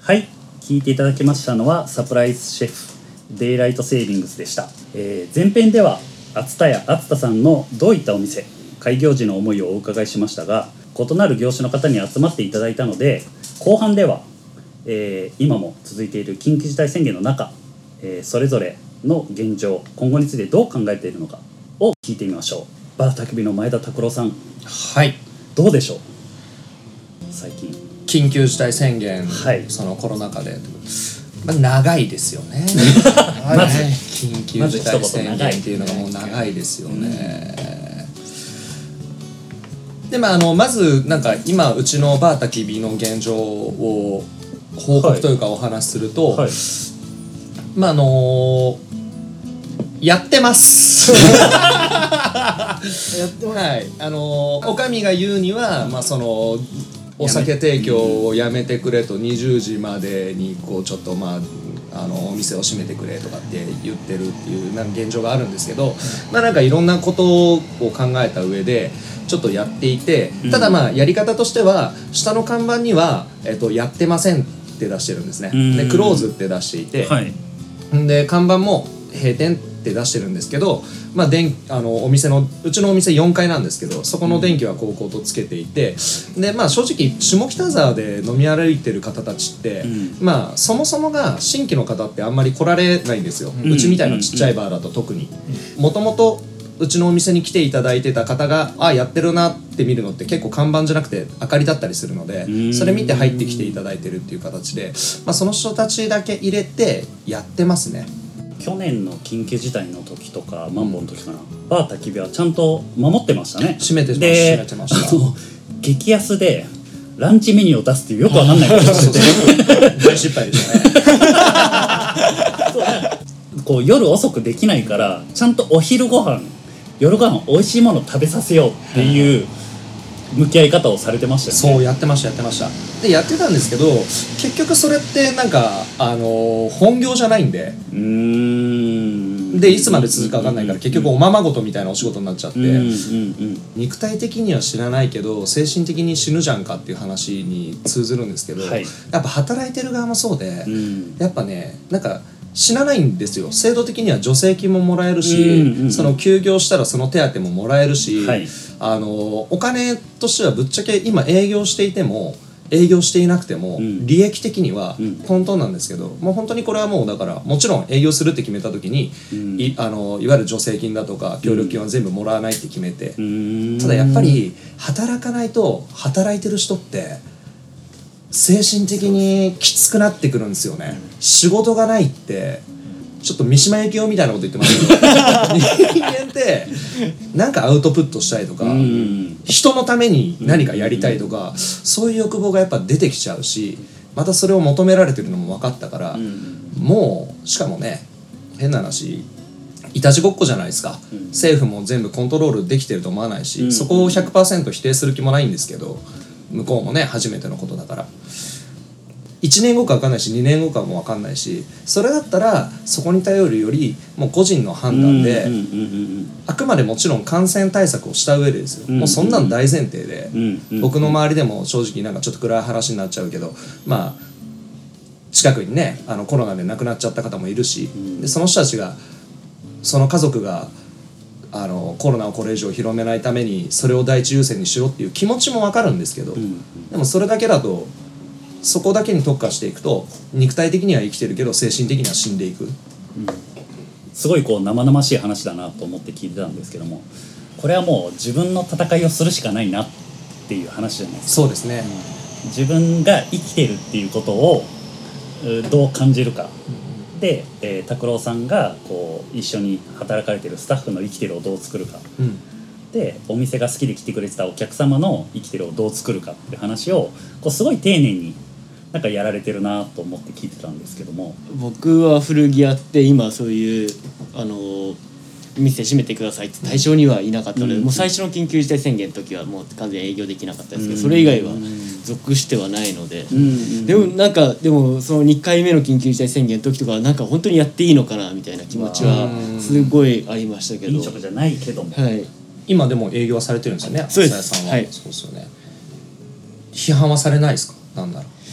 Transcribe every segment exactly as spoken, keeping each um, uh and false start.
はい、聞いていただきましたのはサプライズシェフデイライトセービングスでした。えー、前編では厚田屋厚田さんのどういったお店開業時の思いをお伺いしましたが、異なる業種の方に集まっていただいたので、後半では、えー、今も続いている緊急事態宣言の中、えー、それぞれの現状今後についてどう考えているのかを聞いてみましょう。バー焚き火の前田拓郎さん、 はい、どうでしょう最近緊急事態宣言、 はい、 そのコロナ禍で、まあ、長いですよねまず緊急事態宣言っていうのがもう長いですよね、うん、でまああのまずなんか今うちのバー焚き火の現状を報告というかお話しすると、はいはい、まああのー、やってますやってます、はい、あのー、おかみが言うには、まあそのお酒提供をやめてくれと、にじゅうじまでにこうちょっとまああのお店を閉めてくれとかって言ってるっていうなんか現状があるんですけど、まあなんかいろんなことを考えた上でちょっとやっていて、ただまあやり方としては下の看板には、えっと、やってませんって出してるんですね。でクローズって出していて、はい、で看板も閉店って出してるんですけど、まあ、電あのお店のうちのお店よんかいなんですけど、そこの電気はこうこうとつけていて、で、まあ、正直下北沢で飲み歩いてる方たちって、うん、まあそもそもが新規の方ってあんまり来られないんですよ、うん、うちみたいなちっちゃいバーだと特に。もともとうちのお店に来ていただいてた方があやってるなって見るのって結構看板じゃなくて明かりだったりするので、それ見て入ってきていただいてるっていう形で、まあ、その人たちだけ入れてやってますね。 去年の緊急事態の時とかマンボウの時かな、バー焚き火はちゃんと守ってましたね。 閉めてました閉めてました。 激安でランチメニューを出すっていうよくわかんないことをしてて大失敗でしたねこう夜遅くできないからちゃんとお昼ご飯夜ご飯美味しいものを食べさせようっていう向き合い方をされてましたよね。 そうやってましたやってましたでやってたんですけど、結局それってなんかあの本業じゃないんで、うーんでいつまで続くか分かんないから、結局おままごとみたいなお仕事になっちゃって、うんうんうん、肉体的には死なないけど精神的に死ぬじゃんかっていう話に通ずるんですけど、はい、やっぱ働いてる側もそうで、うん、やっぱねなんか死なないんですよ。制度的には助成金ももらえるし、うんうんうん、その休業したらその手当ももらえるし、はい、あのお金としてはぶっちゃけ今営業していても営業していなくても、うん、利益的には本当なんですけど、うん、もう本当にこれはもうだからもちろん営業するって決めた時に、うん、い, あのいわゆる助成金だとか協力金は全部もらわないって決めて、うん、ただやっぱり働かないと働いてる人って精神的にきつくなってくるんですよね。仕事がないってちょっと三島由紀夫みたいなこと言ってますけど人間ってなんかアウトプットしたいとか、人のために何かやりたいとか、そういう欲望がやっぱ出てきちゃうし、またそれを求められてるのも分かったから、もうしかもね変な話いたちごっこじゃないですか。政府も全部コントロールできてると思わないし、そこを ひゃくパーセント 否定する気もないんですけど、向こうもね初めてのことだからいちねんごか分かんないしにねんごかも分かんないし、それだったらそこに頼るよりもう個人の判断で、あくまでもちろん感染対策をした上でですよ、もうそんなん大前提で、僕の周りでも正直なんかちょっと暗い話になっちゃうけど、まあ近くにねあのコロナで亡くなっちゃった方もいるし、でその人たちがその家族があのコロナをこれ以上広めないためにそれを第一優先にしろっていう気持ちも分かるんですけど、でもそれだけだとそこだけに特化していくと肉体的には生きてるけど精神的には死んでいく、うん、 すごいこう生々しい話だなと思って聞いてたんですけども、これはもう自分の戦いをするしかないなっていう話じゃないですか。 そうですね、 うん、自分が生きてるっていうことをどう感じるか、うん、で、えー、拓郎さんがこう一緒に働かれてるスタッフの生きてるをどう作るか、うん、でお店が好きで来てくれてたお客様の生きてるをどう作るかっていう話をこうすごい丁寧になんかやられてるなと思って聞いてたんですけども、 僕は古着屋って今そういうあの店閉めてくださいって対象にはいなかったので、うん、もう最初の緊急事態宣言の時はもう完全に営業できなかったですけど、うん、それ以外は属してはないので、うん、でもなんかでもそのにかいめの緊急事態宣言の時とかはなんか本当にやっていいのかなみたいな気持ちはすごいありましたけど、 飲食じゃないけども、 はい、 今でも営業はされてるんですよね。 そうです。 さんは、はい、そうですよね。批判はされないですか？なんだろう。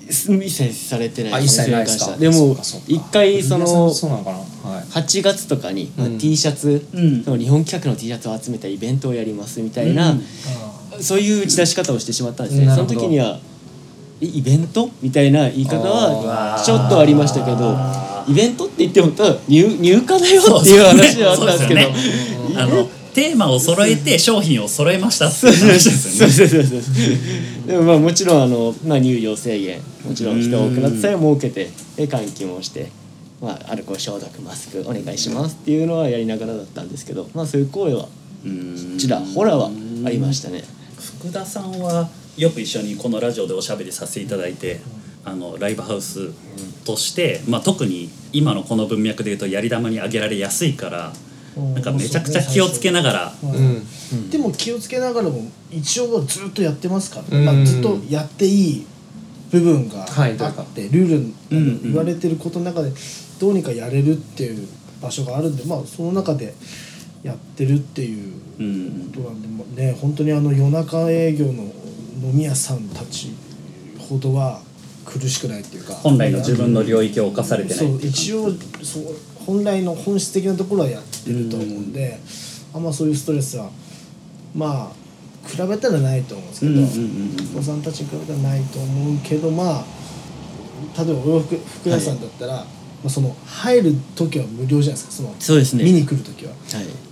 一切されてない。 あ一切ないですか。 でも一回そのそうなのかな、はい、 はちがつとかに、まあ、 うん、 T シャツ、 うん、 その日本企画の T シャツを集めたイベントをやりますみたいな、うん、そういう打ち出し方をしてしまったんですね。その時にはイベントみたいな言い方はちょっとありましたけど、イベントって言ってもただ 入, 入荷だよっていう話はあったんですけど、ね、 あのテーマを揃えて商品を揃えましたっていう話ですよね。 そうそうそうそうでもまあもちろんあの、まあ、入場制限もちろん人多くなった際は設けてで換気もして、まあ、アルコール消毒マスクお願いしますっていうのはやりながらだったんですけど、まあ、そういう声はちらほらはありましたね。 福田さんはよく一緒にこのラジオでおしゃべりさせていただいて、あのライブハウスとして、まあ、特に今のこの文脈でいうとやり玉に上げられやすいからなんかめちゃくちゃ気をつけながら、 うんうん、でも気をつけながらも一応はずっとやってますから、ね、まあ、ずっとやっていい部分があって、はい、ルール、うん、言われてることの中でどうにかやれるっていう場所があるんで、まあ、その中でやってるっていうことなんで、もね、本当にあの夜中営業の飲み屋さんたちほどは苦しくないっていうか、 本来の自分の領域を侵されてないっていうか、 そう一応そう本来の本質的なところはやってると思うんで、うん、あんまそういうストレスはまあ比べたらないと思うんですけど、うんうんうん、お子さんたちに比べたらないと思うけど、まあ例えばお洋服服屋さんだったら、はい、まあ、その入る時は無料じゃないですか、そのそうですね、 見に来る時は、 はい、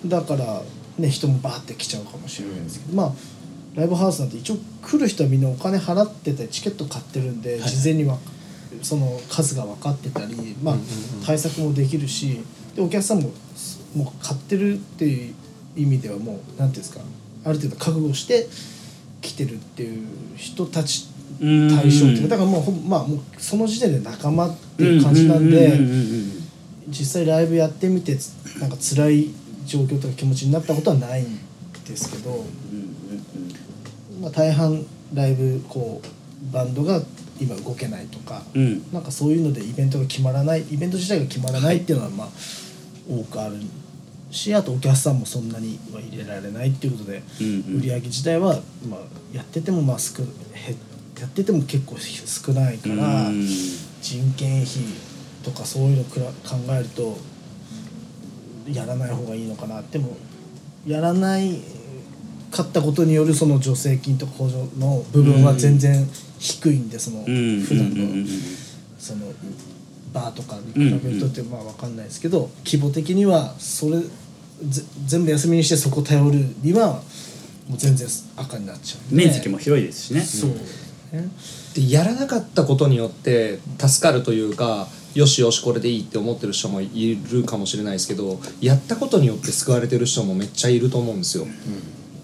だからね人もバーって来ちゃうかもしれないですけど、うん、まあライブハウスなんて一応来る人はみんなお金払っててチケット買ってるんで、はい、事前にはその数が分かってたり、まあ、対策もできるし、でお客さんももう買ってるっていう意味ではもうなんていうんですか、ある程度覚悟して来てるっていう人たち対象っていうか、だからもう、まあ、もうその時点で仲間っていう感じなんで、実際ライブやってみてなんか辛い状況とか気持ちになったことはないんですけど、まあ、大半ライブこうバンドが今動けないとか、うん、なんかそういうのでイベントが決まらない、イベント自体が決まらないっていうのはまあ多くあるし、あとお客さんもそんなには入れられないっていうことで、うんうん、売り上げ自体はまあやっててもまあ少へやってても結構少ないから、うん、人件費とかそういうのくら考えるとやらない方がいいのかな。でもやらないかったことによるその助成金とか補助の部分は全然低いんで、その普段のそのバーとかに比べるとってまあ分かんないですけど、規模的にはそれ全部休みにしてそこ頼るにはもう全然赤になっちゃう、 ね、面積も広いですしね。 そうね。 でやらなかったことによって助かるというか、よしよしこれでいいって思ってる人もいるかもしれないですけど、やったことによって救われてる人もめっちゃいると思うんですよ、うん、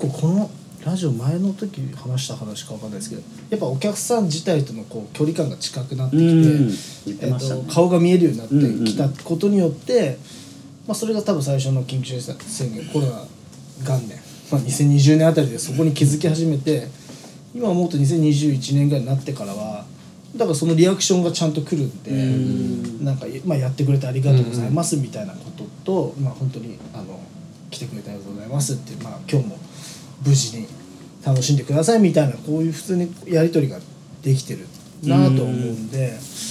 このラジオ前の時話した話か分かんないですけど、やっぱお客さん自体とのこう距離感が近くなってきて、えー、と顔が見えるようになってきたことによって、うんうん、まあ、それが多分最初の緊急事態宣言コロナ元年、まあ、にせんにじゅうねんあたりでそこに気づき始めて、今思うとにせんにじゅういちねんぐらいになってからはだからそのリアクションがちゃんと来るんで、うん、なんか、まあ、やってくれてありがとうございますみたいなことと、うん、まあ、本当にあの来てくれてありがとうございますって、まあ、今日も無事に楽しんでくださいみたいな、こういう普通にやり取りができてるなと思うんで、うん、うん、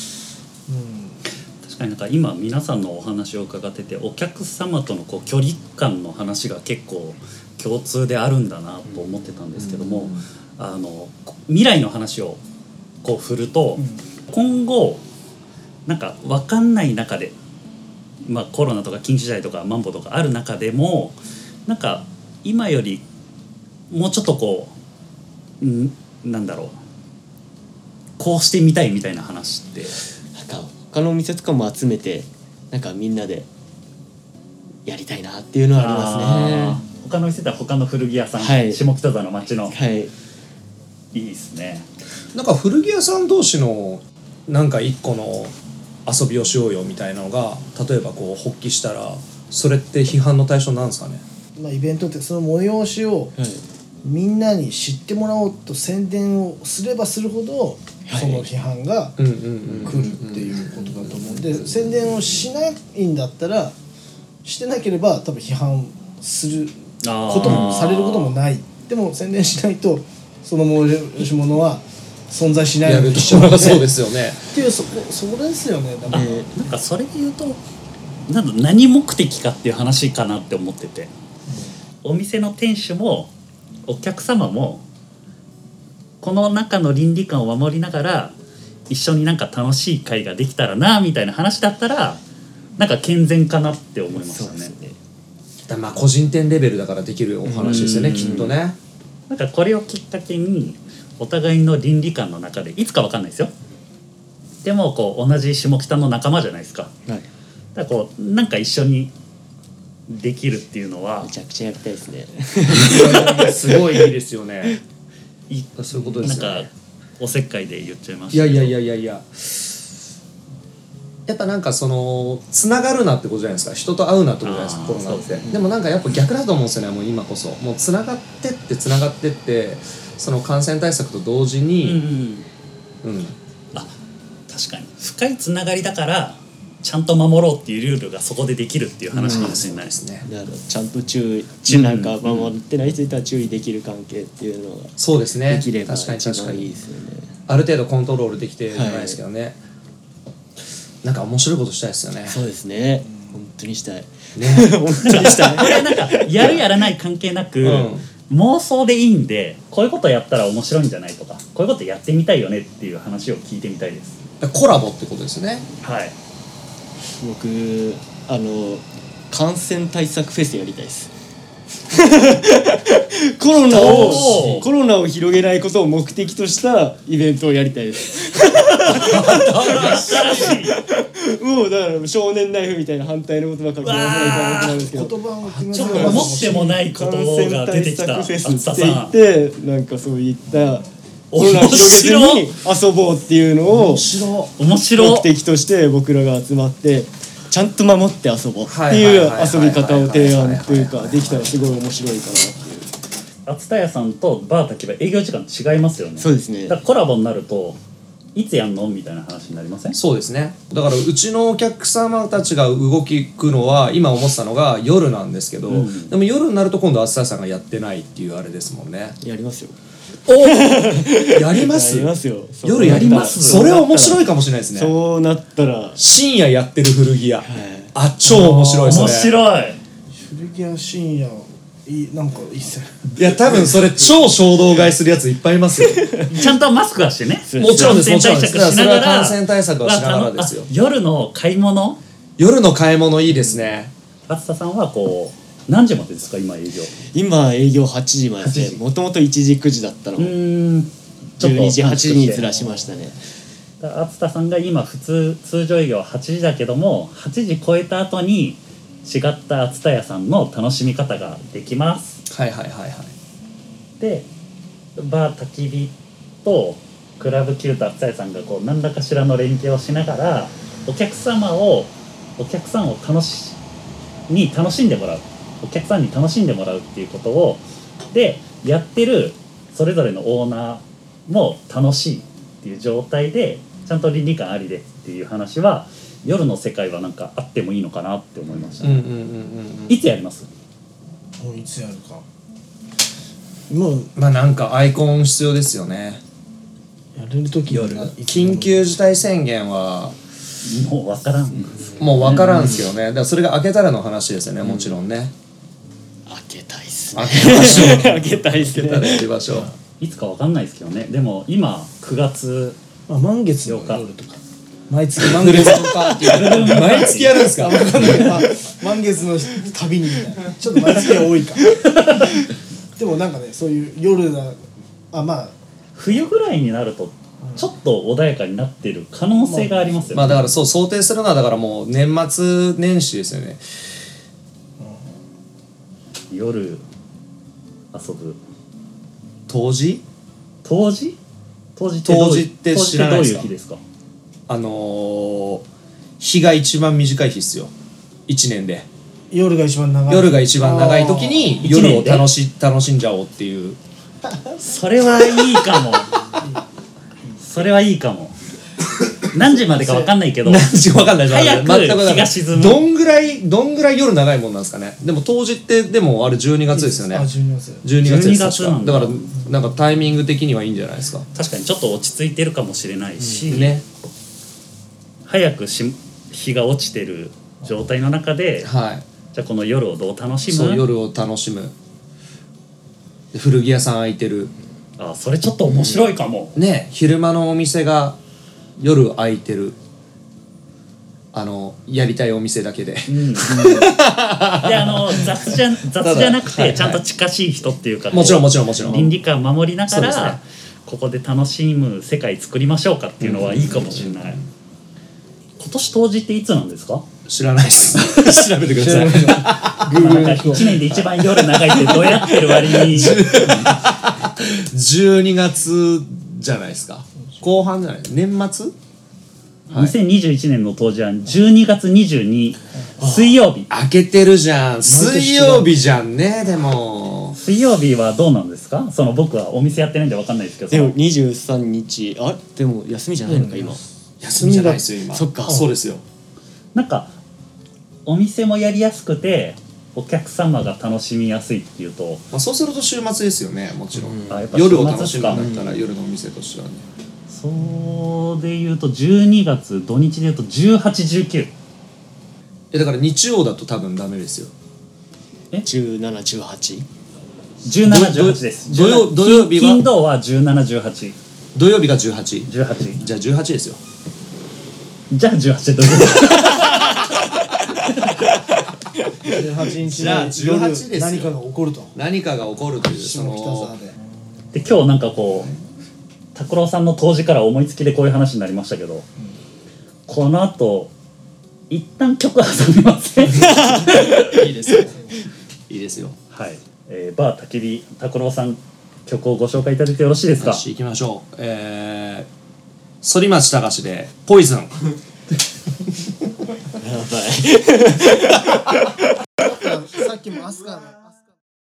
確かになんか今皆さんのお話を伺ってて、お客様とのこう距離感の話が結構共通であるんだなと思ってたんですけども、うん、あの未来の話をこう振ると、うん、今後なんか分かんない中で、まあ、コロナとか緊急事態とかマンボウとかある中でも、なんか今よりもうちょっとこう、んなんだろう、こうしてみたいみたいな話って、 なんか他のお店とかも集めてなんかみんなでやりたいなっていうのはありますね。 他の店では他の古着屋さん、はい、下北沢の街の、はい、いいですね。 なんか古着屋さん同士のなんか一個の遊びをしようよみたいなのが例えばこう発起したら、それって批判の対象なんですかね。 まあ、イベントってその催しをみんなに知ってもらおうと宣伝をすればするほどその批判が来るっていうことだと思うんで、宣伝をしないんだったら、してなければ多分批判することもされることもない。でも宣伝しないとその催し物は存在しないやるとしたらそうですよねっていうそこそれですよね。だからなんかそれで言うとなんだ何目的かっていう話かなって思ってて、お店の店主もお客様もこの中の倫理観を守りながら一緒になんか楽しい会ができたらなみたいな話だったらなんか健全かなって思いましたね。 だまあ個人店レベルだからできるお話ですよね、きっとね。 なんかこれをきっかけにお互いの倫理観の中でいつかわかんないですよ、でもこう同じ下北の仲間じゃないですか、はい、だからこうなんか一緒にできるっていうのはめちゃくちゃやりたいですねすごいいいですよねいそういうことですよね。 なんかおせっかいで言っちゃいましたいやいやいやいやいややっぱなんかそのつながるなってことじゃないですか、人と会うなってことじゃないですか、コロナって。 で,、ね、でもなんかやっぱ逆だと思うんですよね、もう今こそもうつながってってつながってってその感染対策と同時に、うん、うんうん、 あ確かに深いつながりだからちゃんと守ろうっていうルールがそこでできるっていう話かもしれないですね、 うん、だからちゃんと注意なんか守ってない人いたら注意できる関係っていうのがそうですね、 できれば確かに確かにいいですよね。 ある程度コントロールできてじゃないですけどね、はい、なんか面白いことしたいですよね。 そうですね、本当にしたいね本当にしたいこれなんかやるやらない関係なく、うん、妄想でいいんでこういうことやったら面白いんじゃないとかこういうことやってみたいよねっていう話を聞いてみたいです。 コラボってことですね。 はい、 僕あの感染対策フェスやりたいですコロナをコロナを広げないことを目的としたイベントをやりたいですもうだから少年ナイフみたいな反対の言葉から言わないかなと思うんですけど、 言葉をちょっと思ってもないことが出てきた。 感染対策フェスって言ってなんかそういったコロナを広げずに遊ぼうっていうのを目的として僕らが集まってちゃんと守って遊ぼうっていう遊び方を提案というかできたらすごい面白いかなっていう。 厚田屋さんとバー滝は営業時間違いますよね。 そうですね。 だからコラボになるといつやんのみたいな話になりません？ そうですね。だからうちのお客様たちが動きくのは今思ってたのが夜なんですけど、うん、でも夜になると今度厚田屋さんがやってないっていうあれですもんね。 やりますよ。 おやります？ やりますよ。 夜やります。それは面白いかもしれないですね。 そうなったら深夜やってる古着屋、はい、あ超面白いですね。 面白い。 古着屋深夜いいなんかいいっすね。 いや多分それ超衝動買いするやついっぱいいますよちゃんとマスクはしてねもちろんですもちろんです。 感染対策しながら感染対策はしながらですよ。 夜の買い物夜の買い物いいですね。 厚田さんはこう何時までですか今営業？ 今営業はちじまででもともといちじくじだったのをじゅうにじはちじにずらしましたね。 厚田さんが今普通通常営業ははちじだけどもはちじ超えた後に違った厚田屋さんの楽しみ方ができます。 はいはいはいはい。 でバー焚き火とクラブキューと厚田屋さんがこう何らかしらの連携をしながらお客様をお客さんを楽しに楽しんでもらうお客さんに楽しんでもらうっていうことをでやってるそれぞれのオーナーも楽しいっていう状態でちゃんと倫理観ありでっていう話は夜の世界はなんかあってもいいのかなって思いましたね。いつやります？ もういつやるかもうまあなんかアイコン必要ですよね。 やれる時夜緊急事態宣言はもう分からんもう分からんですけどね。だからそれが明けたらの話ですよね、もちろんね。 開けたいっすね。 開けましょう開けたいっすね。 開けたらやりましょう。 いつか分かんないですけどね。でも今くがつまあ満月の夜とか毎月満月とかっていう毎月やるんですか？ 分かんないけど、まあ、満月の旅にみたいなちょっと毎月は多いかでもなんかねそういう夜だあまあ冬ぐらいになるとちょっと穏やかになってる可能性がありますよね。 まあだからそう想定するのはだからもう年末年始ですよね。 夜遊ぶ冬至冬至冬至冬至って知らないですか？ どういう日ですか？ あのー、日が一番短い日っすよいちねんで。 夜が一番長い夜が一番長い時に夜を楽し楽しんじゃおうっていうそれはいいかもそれはいいかも何時までか分かんないけど何時か分かんないじゃん早く全く分かんない日が沈む。 どんぐらいどんぐらい夜長いもんなんですかね。でも冬至ってでもあれじゅうにがつですよね。 あじゅうにがつじゅうにがつですじゅうにがつなんだ確かだからなんかタイミング的にはいいんじゃないですか確かにちょっと落ち着いてるかもしれないし、 ね。 早くし日が落ちてる状態の中で、 はい。 じゃあこの夜をどう楽しむ。 そう夜を楽しむ。で古着屋さん開いてる。 あそれちょっと面白いかも、 ね、昼間のお店が夜開いてる。あのやりたいお店だけで。 うんうん、であの雑じゃ雑じゃなくて、 はいはいちゃんと近しい人っていうか、 もちろんもちろんもちろん。 倫理観を守りながら、 そうですねここで楽しむ世界作りましょうかっていうのはいいかもしれない、今年冬至っていつなんですか？ 知らないです調べてください。 なんかいちねんで一番夜長いってどうやってる割にじゅうにがつじゃないですか。後半じゃない年末。はいにせんにじゅういちねんの冬至はじゅうにがつにじゅうに水曜日。 開けてるじゃん。水曜日じゃんね。でも水曜日はどうなんですか？その僕はお店やってないんで分かんないですけど、 でもにじゅうさんにちあでも休みじゃないのか今。 休みじゃないですよ今。 そっかそうですよ。 なんかお店もやりやすくてお客様が楽しみやすいっていうと、 まあそうすると週末ですよね。もちろん。 あやっぱ夜を楽し週末かむんだったら夜のお店としてはね。 そうでいうとじゅうにがつ土日でいうとじゅうはち、じゅうく。 えだから日曜だと多分ダメですよ。 じゅうなな、じゅうはち。 じゅうなな、じゅうはちです。 土曜土曜日は金土はじゅうなな、じゅうはち。 土曜日がじゅうはち。 じゅうはち。 じゃあじゅうはちですよ。 じゃあじゅうはちでどういうことじゅうはちにちじゃあのじゅうはちですよ夜何かが起こると何かが起こるというそ下北の沢でで今日なんかこう拓郎さんの当時から思いつきでこういう話になりましたけど、この後一旦曲挟みませんいいですよ。いいですよ。 はい、えー、バー焚き火拓郎さん曲をご紹介いただいてよろしいですか？ よし行きましょう。えー、反町隆史でポイズン。 やばい。 さっきもアスカの